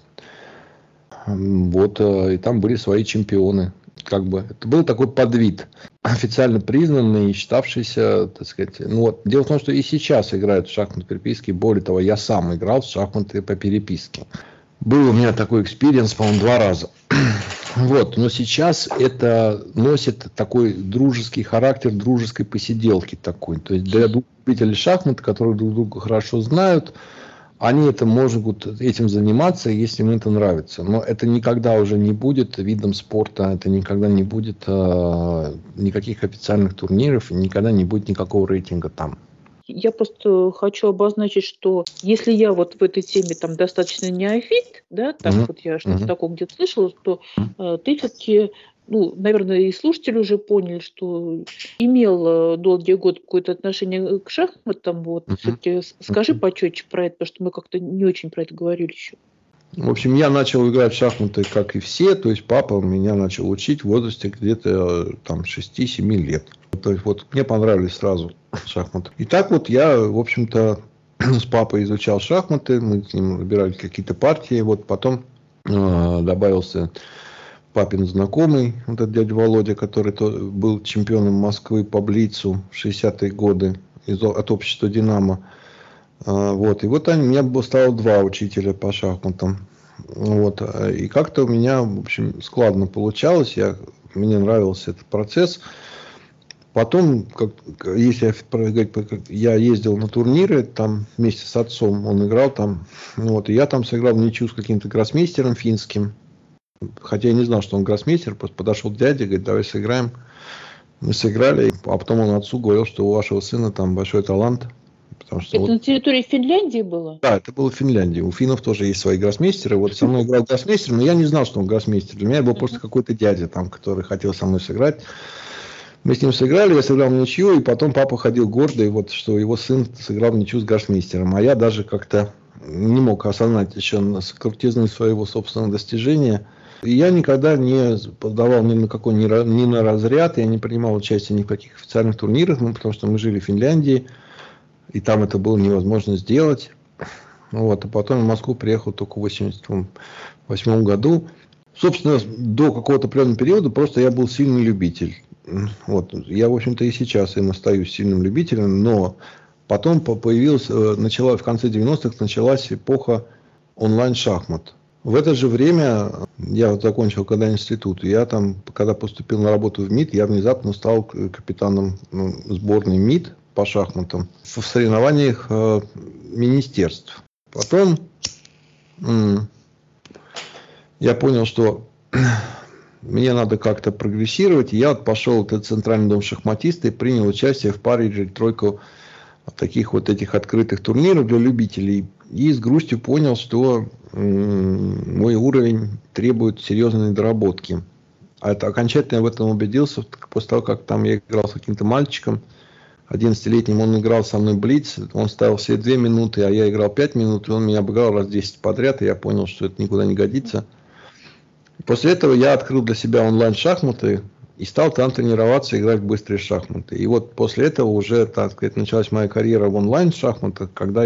Вот, и там были свои чемпионы. Как бы это был такой подвид, официально признанный и считавшийся, так сказать. Ну вот, дело в том, что и сейчас играют в шахматы по переписке. Более того, я сам играл в шахматы по переписке. Был у меня такой экспириенс, по-моему, 2 раза. Вот, но сейчас это носит такой дружеский характер, дружеской посиделки такой. То есть для двух любителей шахмат, которые друг друга хорошо знают, они это могут этим заниматься, если им это нравится. Но это никогда уже не будет видом спорта, это никогда не будет никаких официальных турниров, и никогда не будет никакого рейтинга там. Я просто хочу обозначить, что если я вот в этой теме там достаточно неофит, да, так вот я что-то такое где-то слышала, то ты все-таки, ну, наверное, и слушатели уже поняли, что имел долгие годы какое-то отношение к шахматам. Вот, все-таки скажи почетче про это, потому что мы как-то не очень про это говорили еще. В общем, я начал играть в шахматы, как и все. То есть папа меня начал учить в возрасте где-то там 6-7 лет. То есть вот мне понравились сразу шахматы. И так вот я, в общем-то, с папой изучал шахматы. Мы с ним выбирали какие-то партии. Вот потом добавился папин знакомый, вот этот дядя Володя, который был чемпионом Москвы по блицу в 60-е годы от общества «Динамо». Вот. И вот у меня стало 2 учителя по шахматам. Вот. И как-то у меня, в общем, складно получалось. Мне нравился этот процесс. Потом, если я ездил на турниры, там вместе с отцом он играл там. Вот. И я там сыграл в ничью с каким-то гроссмейстером финским. Хотя я не знал, что он гроссмейстер. Просто подошел дядя, говорит, давай сыграем. Мы сыграли. А потом он отцу говорил, что у вашего сына там большой талант. Это вот на территории Финляндии было? Да, это было в Финляндии. У финнов тоже есть свои гроссмейстеры. Вот со мной играл гроссмейстер, но я не знал, что он гроссмейстер. Для меня был просто какой-то дядя, там, который хотел со мной сыграть. Мы с ним сыграли, я сыграл в ничью, и потом папа ходил гордый, вот, что его сын сыграл в ничью с гроссмейстером. А я даже как-то не мог осознать еще крутизны своего собственного достижения. И я никогда не подавал ни на какой, ни на разряд, я не принимал участие ни в каких официальных турнирах, потому что мы жили в Финляндии. И там это было невозможно сделать. Вот. А потом в Москву приехал только в 1988 году. Собственно, до какого-то определенного периода просто я был сильный любитель. Вот. Я, в общем-то, и сейчас им остаюсь сильным любителем. Но потом в конце 90-х началась эпоха онлайн-шахмат. В это же время я закончил когда институт. Я там, когда поступил на работу в МИД, я внезапно стал капитаном сборной МИД по шахматам в соревнованиях министерств. Потом я понял, что мне надо как-то прогрессировать. И я пошел в Центральный дом шахматиста и принял участие в паре или тройку таких вот этих открытых турниров для любителей. И с грустью понял, что мой уровень требует серьезной доработки. А это окончательно я в этом убедился после того, как там я играл с каким-то мальчиком, 11-летним, он играл со мной блиц, он ставил все 2 минуты, а я играл 5 минут, и он меня обыграл раз 10 подряд, и я понял, что это никуда не годится. После этого я открыл для себя онлайн-шахматы и стал там тренироваться, играть в быстрые шахматы. И вот после этого уже, так сказать, началась моя карьера в онлайн-шахматах, когда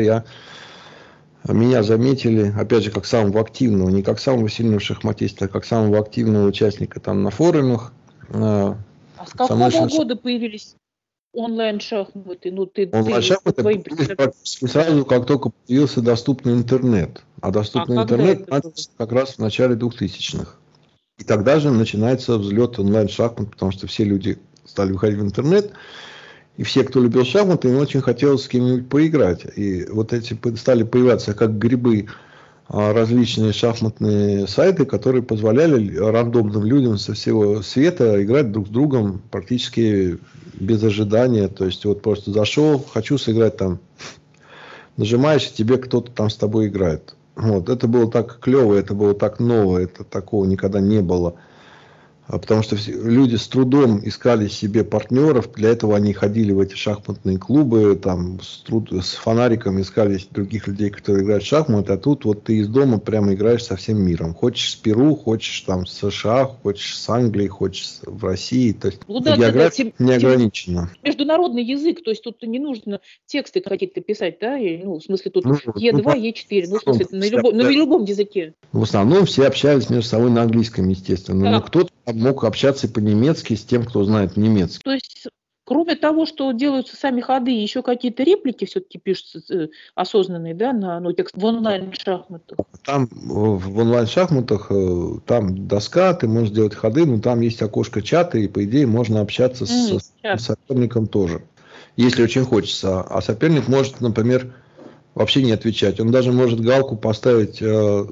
меня заметили, опять же, как самого активного, не как самого сильного шахматиста, а как самого активного участника там на форумах. А с какого года появились онлайн-шахматы? Онлайн-шахматы появились сразу, как только появился доступный интернет. А доступный интернет начался как раз в начале 2000-х. И тогда же начинается взлет онлайн-шахмат, потому что все люди стали выходить в интернет. И все, кто любил шахматы, им очень хотелось с кем-нибудь поиграть. И вот эти стали появляться как грибы различные шахматные сайты, которые позволяли рандомным людям со всего света играть друг с другом практически без ожидания. То есть вот просто зашел, хочу сыграть там, нажимаешь, и тебе кто-то там с тобой играет. Вот. Это было так клево, это было так ново, это такого никогда не было. Потому что люди с трудом искали себе партнеров, для этого они ходили в эти шахматные клубы, там с фонариком искали других людей, которые играют в шахматы, а тут вот ты из дома прямо играешь со всем миром. Хочешь с Перу, хочешь там с США, хочешь с Англией, хочешь в России, то есть география не ограничена. Международный язык, то есть тут не нужно тексты какие-то писать, да? В смысле тут Е2, Е4, в смысле на любом языке. В основном все общались между собой на английском, естественно, но кто-то мог общаться и по-немецки с тем, кто знает немецкий. То есть, кроме того, что делаются сами ходы, еще какие-то реплики все-таки пишутся осознанные, да, текст в онлайн-шахматах? Там в онлайн-шахматах, там доска, ты можешь делать ходы, но там есть окошко чата, и, по идее, можно общаться с соперником тоже, если очень хочется. А соперник может, например, вообще не отвечать. Он даже может галку поставить,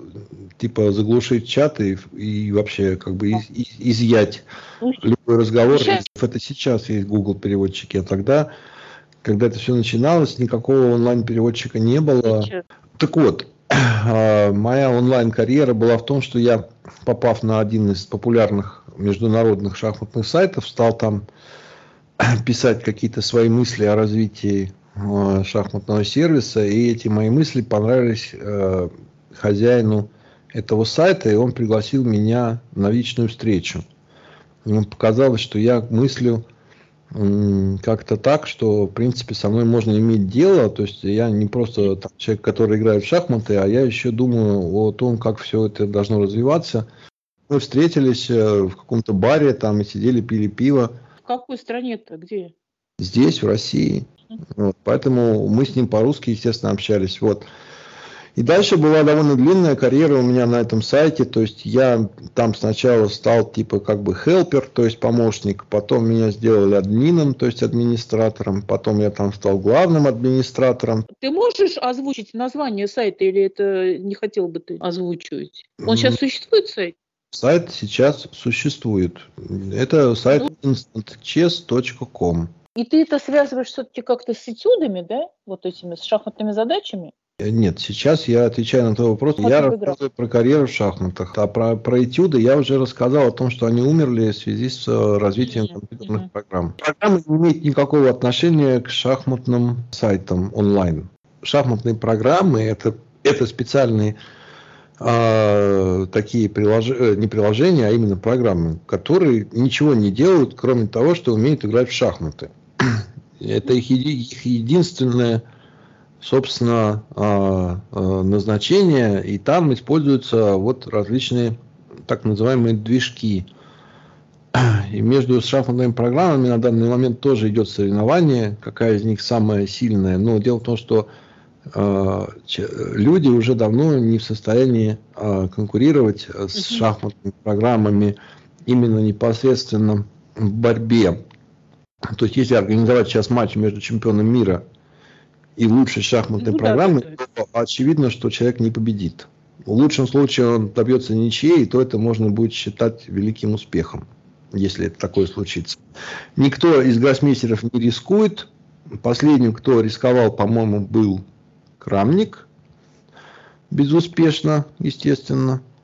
типа заглушить чат и вообще как бы изъять любой разговор. Это сейчас есть Google переводчики, а тогда, когда это все начиналось, никакого онлайн-переводчика не было. Так вот, моя онлайн-карьера была в том, что я, попав на один из популярных международных шахматных сайтов, стал там писать какие-то свои мысли о развитии шахматного сервиса, и эти мои мысли понравились хозяину этого сайта, и он пригласил меня на личную встречу. Ему показалось, что я мыслю как-то так, что, в принципе, со мной можно иметь дело, то есть я не просто человек, который играет в шахматы, а я еще думаю о том, как все это должно развиваться. Мы встретились в каком-то баре, там и сидели, пили пиво. В какой стране-то? Где? Здесь, в России. Вот, поэтому мы с ним по-русски, естественно, общались. Вот. И дальше была довольно длинная карьера у меня на этом сайте. То есть я там сначала стал типа как бы хелпер, то есть помощник. Потом меня сделали админом, то есть администратором. Потом я там стал главным администратором. Ты можешь озвучить название сайта или это не хотел бы ты озвучивать? Он сейчас существует, сайт? Сайт сейчас существует. Это сайт instantchess.com. И ты это связываешь все-таки как-то с этюдами, да? Вот этими, с шахматными задачами? Нет, сейчас я отвечаю на твой вопрос. Я рассказываю про карьеру в шахматах. А про этюды я уже рассказал о том, что они умерли в связи с развитием компьютерных программ. Программы не имеют никакого отношения к шахматным сайтам онлайн. Шахматные программы это специальные такие не приложения, а именно программы, которые ничего не делают, кроме того, что умеют играть в шахматы. Это их единственное, собственно, назначение, и там используются вот различные так называемые движки. И между шахматными программами на данный момент тоже идет соревнование, какая из них самая сильная. Но дело в том, что люди уже давно не в состоянии конкурировать с шахматными программами именно непосредственно в борьбе. То есть, если организовать сейчас матч между чемпионом мира и лучшей шахматной программой, то очевидно, что человек не победит. В лучшем случае он добьется ничьей, то это можно будет считать великим успехом, если это такое случится. Никто из гроссмейстеров не рискует. Последним, кто рисковал, по-моему, был Крамник. Безуспешно, естественно.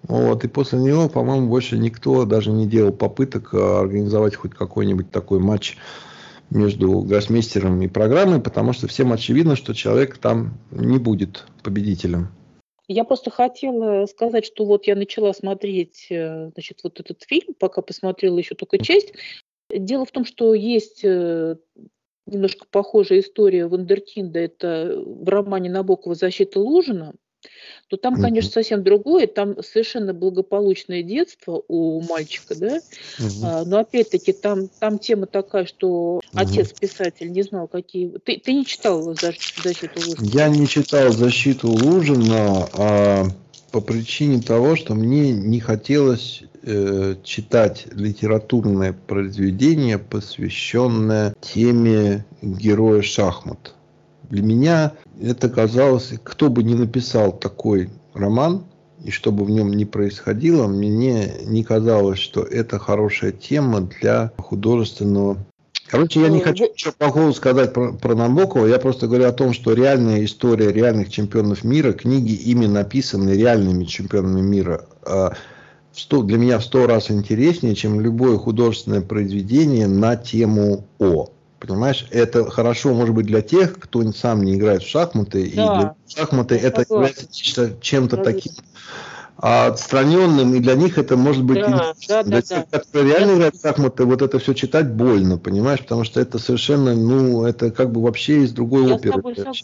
Вот, и после него, по-моему, больше никто даже не делал попыток организовать хоть какой-нибудь такой матч между гроссмейстером и программой, потому что всем очевидно, что человек там не будет победителем. Я просто хотела сказать, что вот я начала смотреть, значит, вот этот фильм, пока посмотрела еще только часть. Дело в том, что есть немножко похожая история вундеркинда, это в романе Набокова «Защита Лужина». То там, конечно, совсем другое, там совершенно благополучное детство у мальчика, да, но опять-таки там тема такая, что отец писатель не знал, какие... Ты не читал «Защиту Лужина»? Я не читал «Защиту Лужина» по причине того, что мне не хотелось читать литературное произведение, посвященное теме героя шахмат. Для меня это казалось, кто бы ни написал такой роман, и что бы в нем ни происходило, мне не казалось, что это хорошая тема для художественного. Короче, я не хочу ничего плохого сказать про Набокова, я просто говорю о том, что реальная история реальных чемпионов мира, книги ими написаны реальными чемпионами мира, для меня в 100 раз интереснее, чем любое художественное произведение на тему О. Понимаешь, это хорошо, может быть, для тех, кто сам не играет в шахматы, да. И для шахматы это является чем-то таким отстраненным, и для них это может быть интересно. Для тех, которые реально играют в шахматы, вот это все читать больно, понимаешь, потому что это совершенно, это как бы вообще из другой оперы.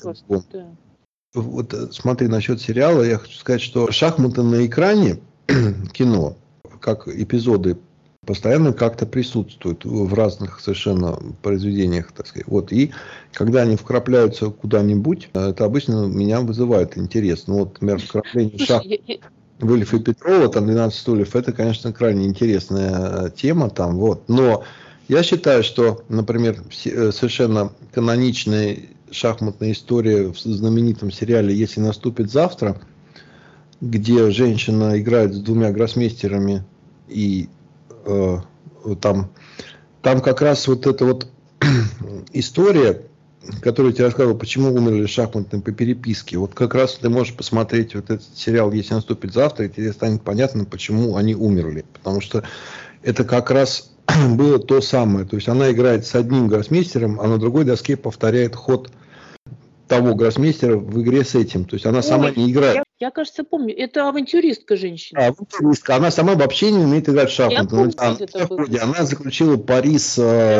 Вот смотри, насчет сериала, я хочу сказать, что шахматы на экране, кино, как эпизоды, постоянно как-то присутствуют в разных совершенно произведениях, так сказать. Вот. И когда они вкрапляются куда-нибудь, это обычно меня вызывает интерес. Ну, вот, например, вкрапление шахмат Выльфа и Петрова, там 12 стульев, это, конечно, крайне интересная тема там, вот. Но я считаю, что, например, совершенно каноничная шахматная история в знаменитом сериале «Если наступит завтра», где женщина играет с двумя гроссмейстерами, и там как раз вот эта вот история, которую я тебе рассказывал, почему умерли шахматные по переписке. Вот как раз ты можешь посмотреть вот этот сериал «Если наступит завтра», и тебе станет понятно, почему они умерли. Потому что это как раз было то самое. То есть она играет с одним гроссмейстером, а на другой доске повторяет ход того гроссмейстера в игре с этим. То есть она сама не играет. Я, кажется, помню. Это авантюристка женщина. Авантюристка. Она сама вообще не умеет играть в шахматы. Она заключила пари с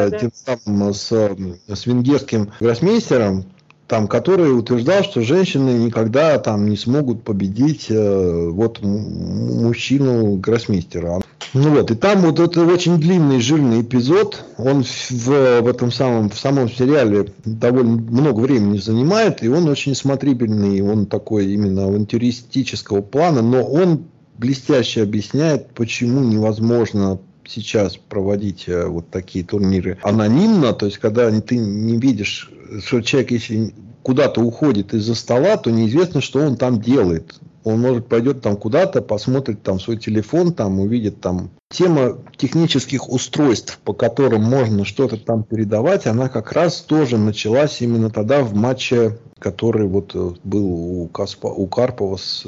венгерским гроссмейстером, там, который утверждал, что женщины никогда там не смогут победить мужчину гроссмейстера. Ну вот, и там вот это очень длинный, жирный эпизод, он в самом сериале довольно много времени занимает, и он очень смотрибельный, он такой именно авантюристического плана, но он блестяще объясняет, почему невозможно сейчас проводить вот такие турниры анонимно, то есть когда ты не видишь, что человек, если куда-то уходит из-за стола, то неизвестно, что он там делает. Он, может, пойдет там куда-то, посмотрит там свой телефон, там увидит там. Тема технических устройств, по которым можно что-то там передавать, она как раз тоже началась именно тогда в матче, который вот был у Карпова с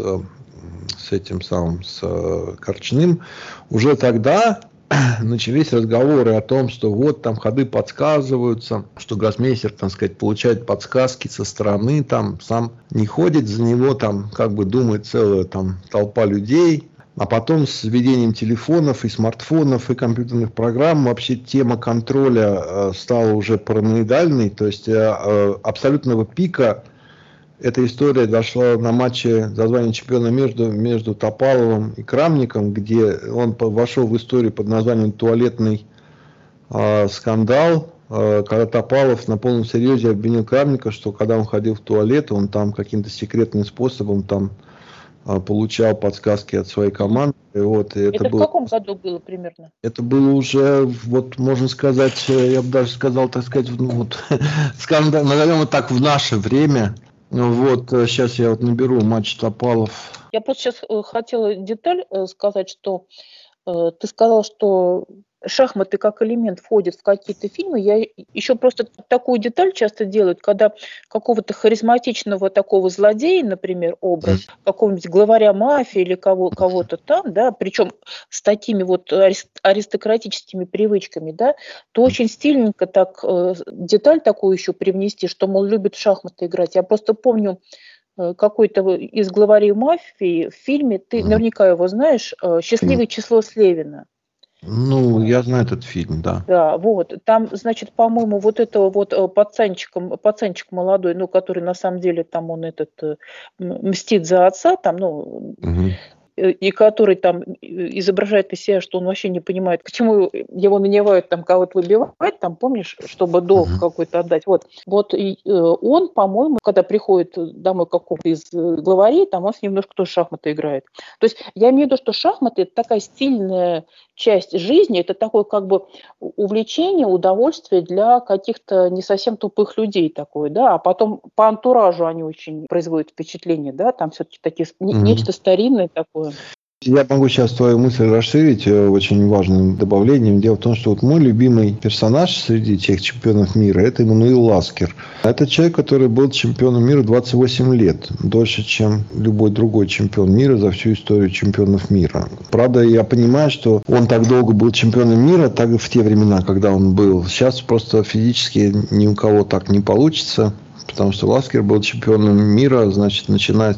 Корчным. Уже тогда начались разговоры о том, что вот там ходы подсказываются, что гроссмейстер, так сказать, получает подсказки со стороны, там сам не ходит, за него там как бы думает целая там толпа людей. А потом с введением телефонов и смартфонов и компьютерных программ вообще тема контроля стала уже параноидальной, то есть абсолютного пика. Эта история дошла на матче за звание чемпиона между Топаловым и Крамником, где он вошел в историю под названием «Туалетный скандал», когда Топалов на полном серьезе обвинил Крамника, что когда он ходил в туалет, он там каким-то секретным способом там получал подсказки от своей команды. Вот, это в каком году было примерно? Это было уже, вот можно сказать, я бы даже сказал, так сказать, скажем, назовем это так, в наше время. Вот, сейчас я вот наберу матч Топалов. Я просто сейчас хотела деталь сказать, что ты сказал, что шахматы как элемент входят в какие-то фильмы, я еще просто такую деталь часто делают, когда какого-то харизматичного такого злодея, например, образ какого-нибудь главаря мафии или кого-то там, да, причем с такими вот аристократическими привычками, да, то очень стильненько так деталь такую еще привнести, что, мол, любит в шахматы играть. Я просто помню какой-то из главарей мафии в фильме, ты наверняка его знаешь, «Счастливое число Слевина». Ну, я знаю этот фильм, да. Да, вот. Там, значит, по-моему, вот этого вот пацанчик молодой, ну, который на самом деле там он мстит за отца, там, ну, и который там изображает из себя, что он вообще не понимает, к чему его нанимают там кого-то выбивать, там, помнишь, чтобы долг какой-то отдать. Вот и он, по-моему, когда приходит домой какого-то из главарей, там он с ним немножко тоже шахматы играет. То есть я имею в виду, что шахматы – это такая стильная часть жизни, это такое как бы увлечение, удовольствие для каких-то не совсем тупых людей такое, да, а потом по антуражу они очень производят впечатление, да, там все-таки такие, нечто старинное такое. Я могу сейчас твою мысль расширить очень важным добавлением. Дело в том, что вот мой любимый персонаж среди тех чемпионов мира – это Эммануил Ласкер. Это человек, который был чемпионом мира 28 лет. Дольше, чем любой другой чемпион мира за всю историю чемпионов мира. Правда, я понимаю, что он так долго был чемпионом мира, так и в те времена, когда он был. Сейчас просто физически ни у кого так не получится. Потому что Ласкер был чемпионом мира, значит, начиная с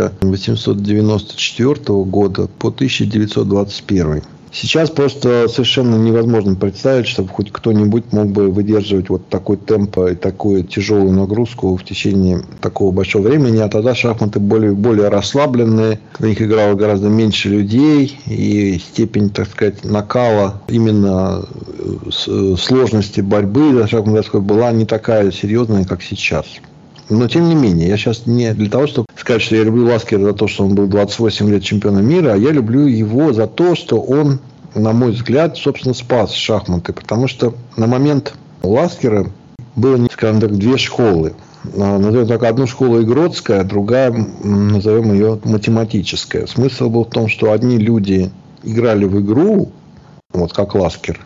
1894 года по 1921. Сейчас просто совершенно невозможно представить, чтобы хоть кто-нибудь мог бы выдерживать вот такой темп и такую тяжелую нагрузку в течение такого большого времени. А тогда шахматы более расслабленные, в них играло гораздо меньше людей, и степень, так сказать, накала, именно сложности борьбы за шахматной доской была не такая серьезная, как сейчас. Но, тем не менее, я сейчас не для того, чтобы сказать, что я люблю Ласкера за то, что он был 28 лет чемпионом мира, а я люблю его за то, что он, на мой взгляд, собственно, спас шахматы. Потому что на момент Ласкера было, скажем так, две школы. Назовем так, одну школу игротская, а другая, назовем ее математическая. Смысл был в том, что одни люди играли в игру, вот как Ласкер,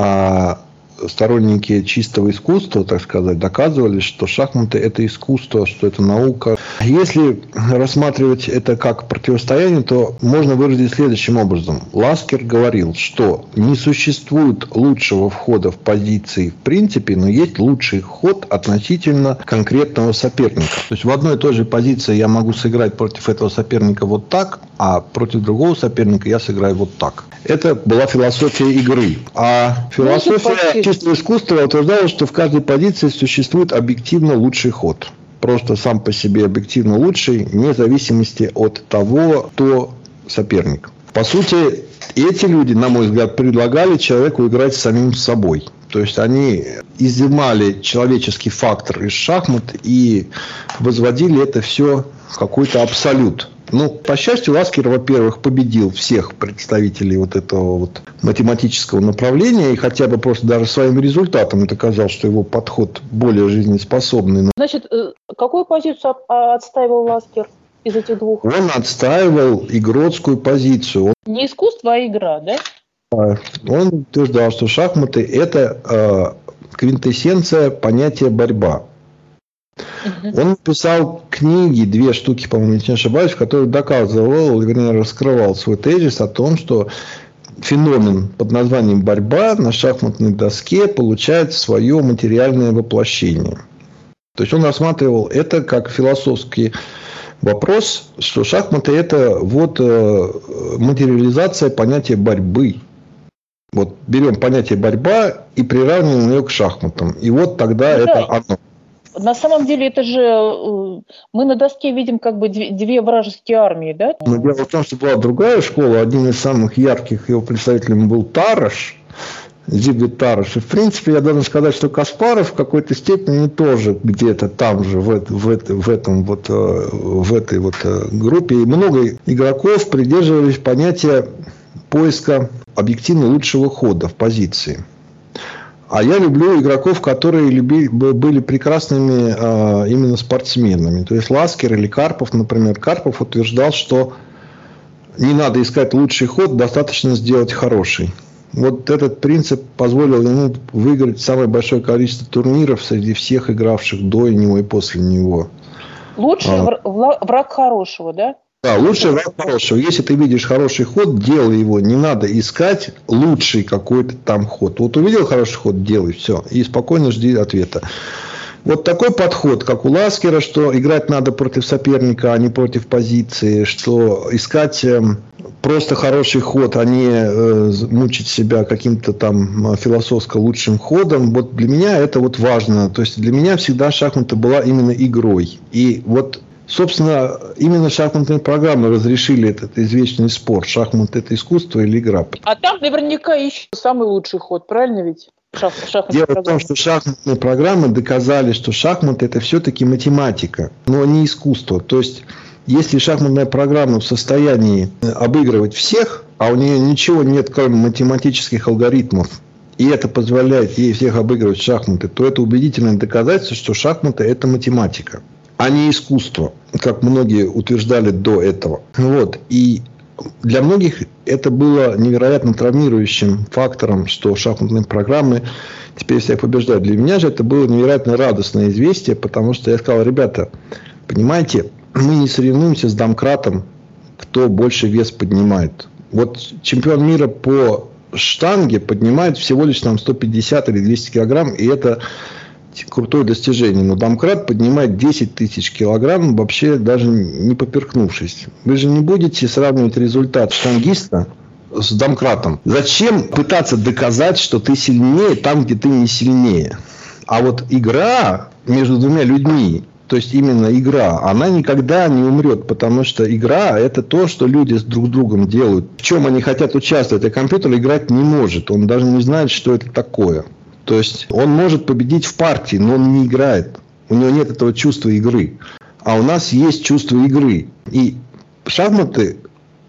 а сторонники чистого искусства, так сказать, доказывали, что шахматы – это искусство, что это наука. Если рассматривать это как противостояние, то можно выразить следующим образом. Ласкер говорил, что не существует лучшего входа в позиции в принципе, но есть лучший ход относительно конкретного соперника. То есть в одной и той же позиции я могу сыграть против этого соперника вот так, а против другого соперника я сыграю вот так. Это была философия игры. А философия чистого искусства утверждала, что в каждой позиции существует объективно лучший ход. Просто сам по себе объективно лучший, вне зависимости от того, кто соперник. По сути, эти люди, на мой взгляд, предлагали человеку играть с самим собой. То есть они изымали человеческий фактор из шахмат и возводили это все в какой-то абсолют. Ну, по счастью, Ласкер, во-первых, победил всех представителей вот этого вот математического направления и хотя бы просто даже своим результатом доказал, что его подход более жизнеспособный. Значит, какую позицию отстаивал Ласкер из этих двух? Он отстаивал игротскую позицию. Не искусство, а игра, да? Он утверждал, что шахматы – это квинтэссенция понятия борьба. Он написал книги, 2 штуки, по-моему, если не ошибаюсь, в которых доказывал, вернее, раскрывал свой тезис о том, что феномен под названием борьба на шахматной доске получает свое материальное воплощение. То есть он рассматривал это как философский вопрос, что шахматы – это вот материализация понятия борьбы. Вот берем понятие борьба и приравниваем ее к шахматам. И вот тогда это оно. На самом деле, это же мы на доске видим как бы две вражеские армии, да? Но дело в том, что была другая школа. Один из самых ярких его представителем был Тараш, Зигфрид Тараш. И, в принципе, я должен сказать, что Каспаров в какой-то степени тоже где-то там же, в этой группе. И много игроков придерживались понятия поиска объективно лучшего хода в позиции. А я люблю игроков, которые были прекрасными именно спортсменами. То есть Ласкер или Карпов, например. Карпов утверждал, что не надо искать лучший ход, достаточно сделать хороший. Вот этот принцип позволил ему выиграть самое большое количество турниров среди всех игравших до него и после него. Лучший враг хорошего, да? Да, лучший враг хорошего. Если ты видишь хороший ход, делай его. Не надо искать лучший какой-то там ход. Вот увидел хороший ход, делай, все. И спокойно жди ответа. Вот такой подход, как у Ласкера, что играть надо против соперника, а не против позиции, что искать просто хороший ход, а не мучить себя каким-то там философско лучшим ходом. Вот для меня это вот важно. То есть для меня всегда шахматы была именно игрой. И вот, собственно, именно шахматные программы разрешили этот извечный спор. Шахматы – это искусство или игра? А там наверняка ищут самый лучший ход, правильно ведь? Дело в том, что шахматные программы доказали, что шахматы – это все-таки математика, но не искусство. То есть, если шахматная программа в состоянии обыгрывать всех, а у нее ничего нет, кроме математических алгоритмов, и это позволяет ей всех обыгрывать в шахматы, то это убедительное доказательство, что шахматы – это математика, а не искусство, как многие утверждали до этого. Вот. И для многих это было невероятно травмирующим фактором, что шахматные программы теперь всех побеждают. Для меня же это было невероятно радостное известие, потому что я сказал: ребята, понимаете, мы не соревнуемся с домкратом, кто больше вес поднимает. Вот чемпион мира по штанге поднимает всего лишь там 150 или 200 килограмм, и это крутое достижение. Но домкрат поднимает 10 тысяч килограмм, вообще даже не поперхнувшись. Вы же не будете сравнивать результат штангиста с домкратом. Зачем пытаться доказать, что ты сильнее там, где ты не сильнее? А вот игра между двумя людьми, то есть именно игра, она никогда не умрет, потому что игра – это то, что люди с друг другом делают. В чем они хотят участвовать, а компьютер играть не может. Он даже не знает, что это такое. То есть он может победить в партии, но он не играет. У него нет этого чувства игры. А у нас есть чувство игры. И шахматы,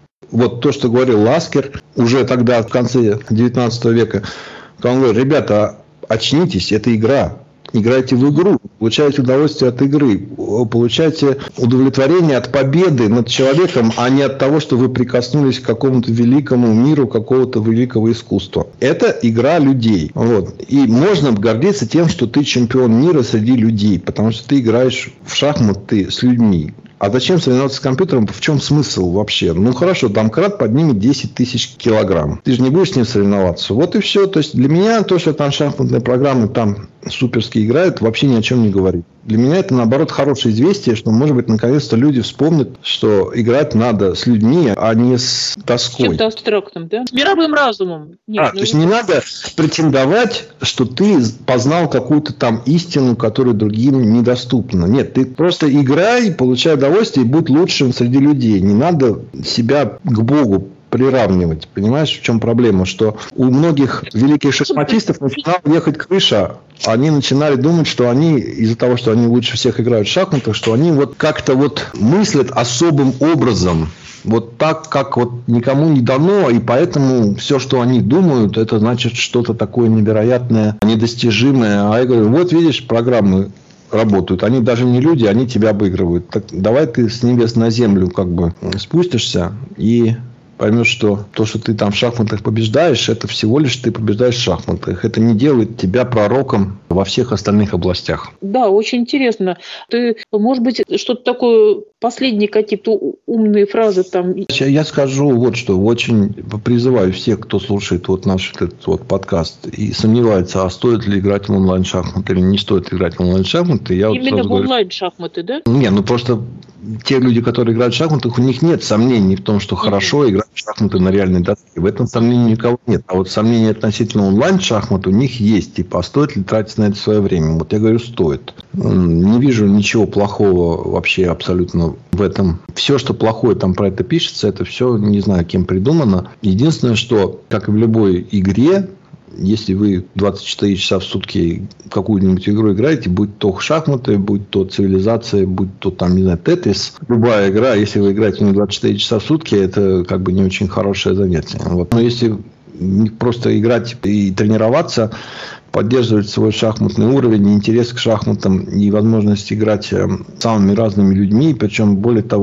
вот то, что говорил Ласкер, уже тогда, в конце 19 века, когда он говорит: ребята, очнитесь, это игра. Играйте в игру, получаете удовольствие от игры, получаете удовлетворение от победы над человеком, а не от того, что вы прикоснулись к какому-то великому миру, какого-то великого искусства. Это игра людей. Вот. И можно гордиться тем, что ты чемпион мира среди людей, потому что ты играешь в шахматы с людьми. А зачем соревноваться с компьютером? В чем смысл вообще? Ну хорошо, домкрат поднимет 10 тысяч килограмм. Ты же не будешь с ним соревноваться. Вот и все. То есть для меня то, что там шахматные программы там суперски играют, вообще ни о чем не говорит. Для меня это, наоборот, хорошее известие, что, может быть, наконец-то люди вспомнят, что играть надо с людьми, а не с доской. Чем-то абстрактным, да? С мировым разумом. Нет, то есть не надо претендовать, что ты познал какую-то там истину, которая другим недоступна. Нет, ты просто играй, получай удовольствие и будь лучшим среди людей. Не надо себя к Богу приравнивать. Понимаешь, в чем проблема? Что у многих великих шахматистов начинала ехать крыша. Они начинали думать, что они, из-за того, что они лучше всех играют в шахматах, что они вот как-то вот мыслят особым образом. Вот так, как вот никому не дано, и поэтому все, что они думают, это значит что-то такое невероятное, недостижимое. А я говорю: вот видишь, программы работают. Они даже не люди, они тебя обыгрывают. Так давай ты с небес на землю как бы спустишься и поймешь, что то, что ты там в шахматах побеждаешь, это всего лишь ты побеждаешь в шахматах. Это не делает тебя пророком во всех остальных областях. Да, очень интересно. Ты, может быть, что-то такое, последние какие-то умные фразы там. Я скажу вот что. Очень призываю всех, кто слушает вот наш этот вот подкаст и сомневается, а стоит ли играть в онлайн-шахматы или не стоит играть в онлайн-шахматы. Именно в онлайн-шахматы, да? Не, ну просто те люди, которые играют в шахматы, у них нет сомнений в том, что хорошо играть в шахматы на реальной доске. В этом сомнений никого нет. А вот сомнения относительно онлайн-шахмат у них есть. Типа, а стоит ли тратить на это свое время? Вот я говорю, стоит. Не вижу ничего плохого вообще абсолютно в этом. Все, что плохое там про это пишется, это все не знаю, кем придумано. Единственное, что, как и в любой игре, если вы 24 часа в сутки какую-нибудь игру играете, будь то шахматы, будь то цивилизация, будь то там, не знаю, Тетрис, любая игра, если вы играете на 24 часа в сутки, это как бы не очень хорошее занятие. Вот. Но если просто играть и тренироваться, поддерживать свой шахматный уровень, интерес к шахматам и возможность играть с самыми разными людьми, причем, более того,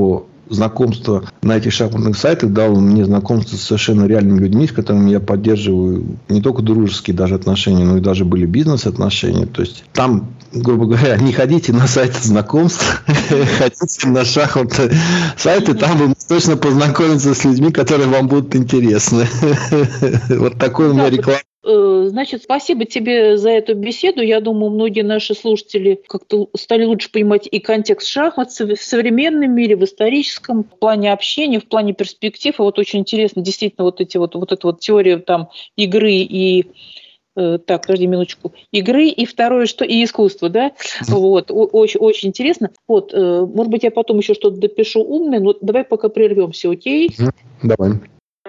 знакомство на этих шахматных сайтах дало мне знакомство с совершенно реальными людьми, с которыми я поддерживаю не только дружеские даже отношения, но и даже были бизнес-отношения. То есть там, грубо говоря, не ходите на сайты знакомств, ходите на шахматные сайты, там вы точно познакомиться с людьми, которые вам будут интересны. Вот такой у меня реклама. Значит, спасибо тебе за эту беседу. Я думаю, многие наши слушатели как-то стали лучше понимать и контекст шахмат в современном мире, в историческом, в плане общения, в плане перспектив. И вот очень интересно, действительно, вот эта вот теория там игры и так, подожди минуточку. Игры и второе, что и искусство, да? Вот, очень, очень интересно. Вот, может быть, я потом еще что-то допишу умное, но давай пока прервемся, окей? Давай.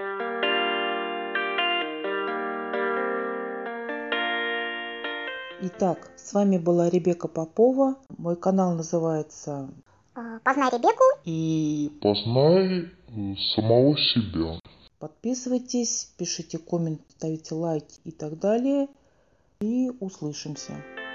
Итак, с вами была Ребекка Попова. Мой канал называется Познай Ребекку. И Познай самого себя. подписывайтесь, пишите комменты, ставите лайки и так далее. И услышимся.